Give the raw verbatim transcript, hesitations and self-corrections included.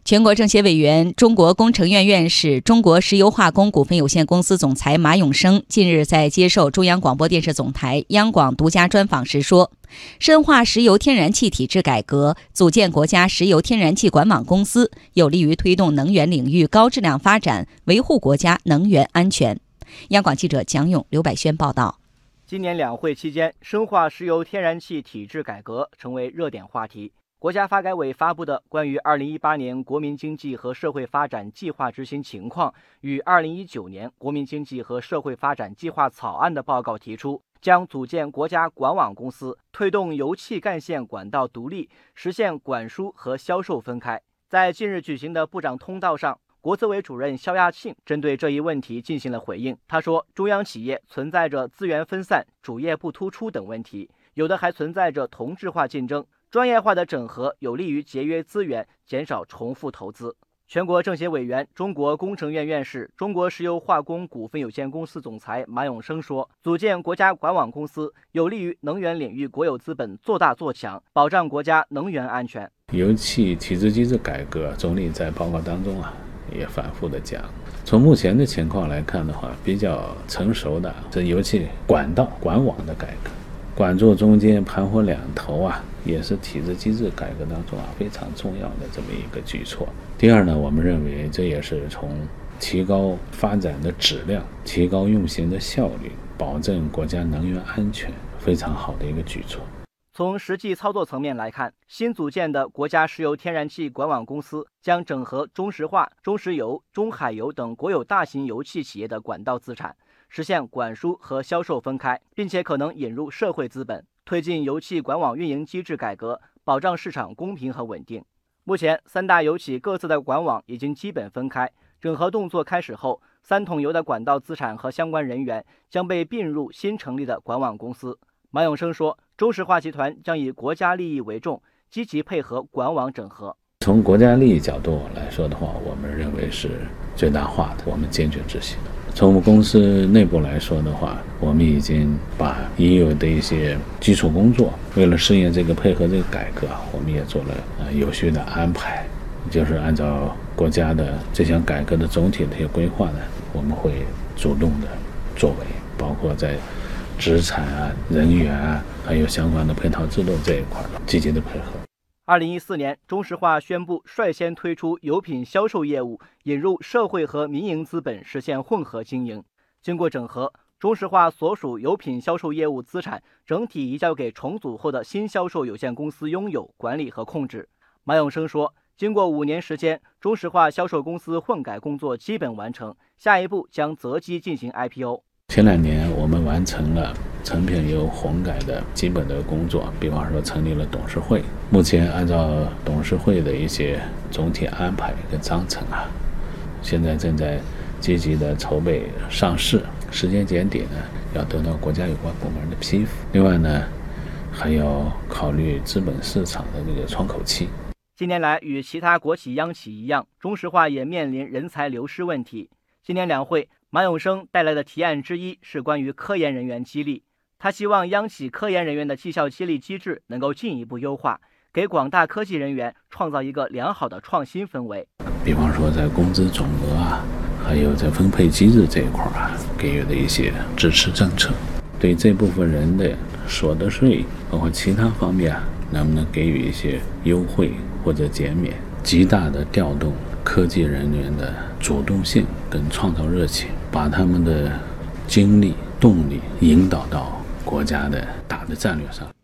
全国政协委员、中国工程院院士、中国石油化工股份有限公司总裁马永生近日在接受中央广播电视总台央广独家专访时说，深化石油天然气体制改革，组建国家石油天然气管网公司，有利于推动能源领域高质量发展，维护国家能源安全。央广记者蒋勇、刘百轩报道。 今年两会期间，深化石油天然气体制改革成为热点话题。国家发改委发布的关于二零一八年国民经济和社会发展计划执行情况与二零一九年国民经济和社会发展计划草案的报告提出，将组建国家管网公司，推动油气干线管道独立，实现管输和销售分开。在近日举行的部长通道上，国资委主任肖亚庆针对这一问题进行了回应。他说，中央企业存在着资源分散、主业不突出等问题，有的还存在着同质化竞争，专业化的整合有利于节约资源，减少重复投资。全国政协委员、中国工程院院士、中国石油化工股份有限公司总裁马永生说，组建国家管网公司有利于能源领域国有资本做大做强，保障国家能源安全。 油气体制机制改革，总理在报告当中啊也反复的讲，从目前的情况来看的话，比较成熟的这油气管道管网的改革，管住中间盘活两头啊，也是体制机制改革当中啊非常重要的这么一个举措。第二呢，我们认为这也是从提高发展的质量、提高运行的效率、保证国家能源安全非常好的一个举措。 从实际操作层面来看，新组建的国家石油天然气管网公司将整合中石化、中石油、中海油等国有大型油气企业的管道资产，实现管输和销售分开，并且可能引入社会资本，推进油气管网运营机制改革，保障市场公平和稳定。目前，三大油企各自的管网已经基本分开，整合动作开始后，三桶油的管道资产和相关人员将被并入新成立的管网公司。马永生说，中石化集团将以国家利益为重，积极配合管网整合。 从国家利益角度来说的话，我们认为是最大化的，我们坚决执行。从我们公司内部来说的话，我们已经把已有的一些基础工作，为了适应这个配合这个改革，我们也做了呃有序的安排，就是按照国家的这项改革的总体的一些规划呢，我们会主动的作为，包括在资产啊、人员啊，还有相关的配套制度这一块积极的配合。 二零一四年，中石化宣布率先推出油品销售业务，引入社会和民营资本，实现混合经营。经过整合，中石化所属油品销售业务资产整体移交给重组后的新销售有限公司拥有、管理和控制。马永生说，经过五年时间，中石化销售公司混改工作基本完成，下一步将择机进行 I P O。 前两年我们完成了成品油混改的基本的工作，比方说成立了董事会，目前按照董事会的一些总体安排跟章程啊，现在正在积极的筹备上市，时间节点呢要得到国家有关部门的批复。另外呢，还要考虑资本市场的这个窗口期。 近年来，与其他国企央企一样，中石化也面临人才流失问题。今年两会，马永生带来的提案之一是关于科研人员激励。他希望央企科研人员的绩效激励机制能够进一步优化，给广大科技人员创造一个良好的创新氛围。 比方说在工资总额啊，还有在分配机制这一块啊，给予的一些支持政策，对这部分人的所得税包括其他方面啊，能不能给予一些优惠或者减免，极大的调动科技人员的主动性跟创造热情，把他们的精力、动力引导到国家的大的战略上。